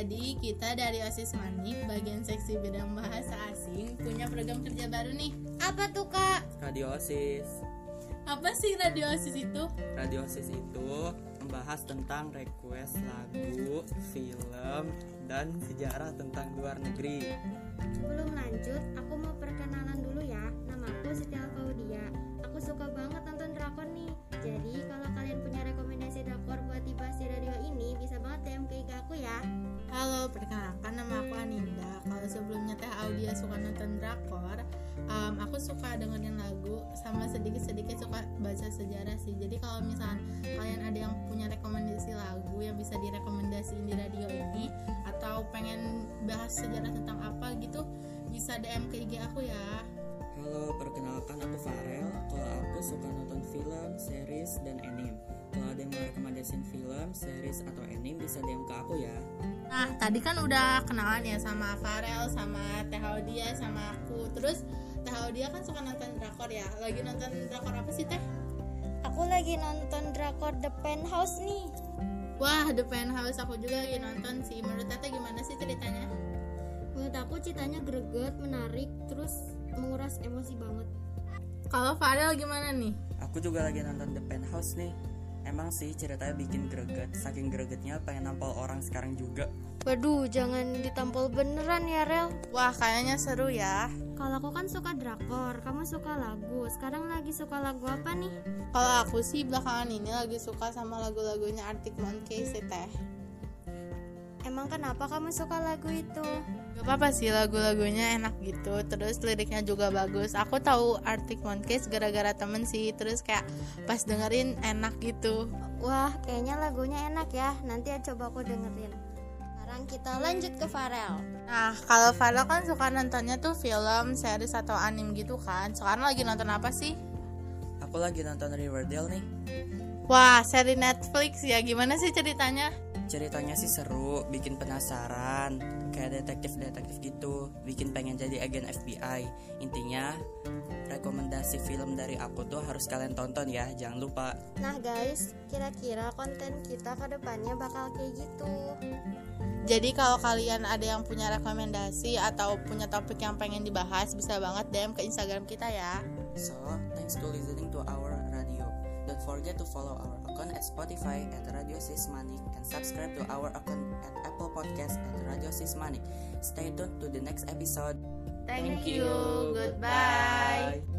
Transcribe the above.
Jadi kita dari OSIS Manik bagian seksi bidang bahasa asing punya program kerja baru nih. Apa tuh Kak? Radio OSIS. Apa sih radio OSIS itu? Radio OSIS itu membahas tentang request lagu, film, dan sejarah tentang luar negeri. Sebelum lanjut, aku mau perkenalan dulu ya. Namaku Siti Alfaudia. Aku suka banget nonton drakor nih. Jadi kalau kalian punya rekomendasi drakor buat dibahas di radio ini, bisa banget DM ke IG aku ya. Halo, perkenalkan nama aku Aninda. Kalau sebelumnya Teh Audia suka nonton drakor, aku suka dengerin lagu sama sedikit-sedikit suka baca sejarah sih. Jadi kalau misalkan kalian ada yang punya rekomendasi lagu yang bisa direkomendasiin di radio ini, atau pengen bahas sejarah tentang apa gitu, bisa DM ke IG aku ya. Halo, perkenalkan aku Farel. Kalau aku suka nonton film, series, dan anime. Kalau ada yang mau rekomendasiin film, series, atau anime bisa DM ke aku ya. Nah, tadi kan udah kenalan ya sama Farel, sama Teh Audia, sama aku. Terus Teh Audia kan suka nonton drakor ya. Lagi nonton drakor apa sih Teh? Aku lagi nonton drakor The Penthouse nih. Wah, The Penthouse aku juga lagi nonton sih. Menurut Tete gimana sih ceritanya? Menurut aku ceritanya greget, menarik, terus menguras emosi banget. Kalau Farel gimana nih? Aku juga lagi nonton The Penthouse nih. Emang sih ceritanya bikin greget. Saking gregetnya pengen nampol orang sekarang juga. Waduh, jangan ditampol beneran ya Rel. Wah, kayaknya seru ya. Kalau aku kan suka drakor, kamu suka lagu. Sekarang lagi suka lagu apa nih? Kalau aku sih belakangan ini lagi suka sama lagu-lagunya Arctic Monkeys sih Teh. Emang kenapa kamu suka lagu itu? Gak apa-apa sih, lagu-lagunya enak gitu. Terus liriknya juga bagus. Aku tahu Arctic Monkeys gara-gara temen sih. Terus kayak pas dengerin enak gitu. Wah, kayaknya lagunya enak ya. Nanti ya coba aku dengerin. Sekarang kita lanjut ke Farel. Nah, kalau Farel kan suka nontonnya tuh film, series, atau anime gitu kan. Sekarang lagi nonton apa sih? Aku lagi nonton Riverdale nih. Wah, seri Netflix ya. Gimana sih ceritanya? Ceritanya sih seru, bikin penasaran, kayak detektif gitu, bikin pengen jadi agen FBI. Intinya, rekomendasi film dari aku tuh harus kalian tonton ya, jangan lupa. Nah guys, kira-kira konten kita ke depannya bakal kayak gitu. Jadi kalau kalian ada yang punya rekomendasi atau punya topik yang pengen dibahas, bisa banget DM ke Instagram kita ya. So, thanks to listening to our radio. Don't forget to follow our account at Spotify at Radio Sismanik and subscribe to our account at Apple Podcast at Radio Sismanik. Stay tuned to the next episode. Thank you. Goodbye.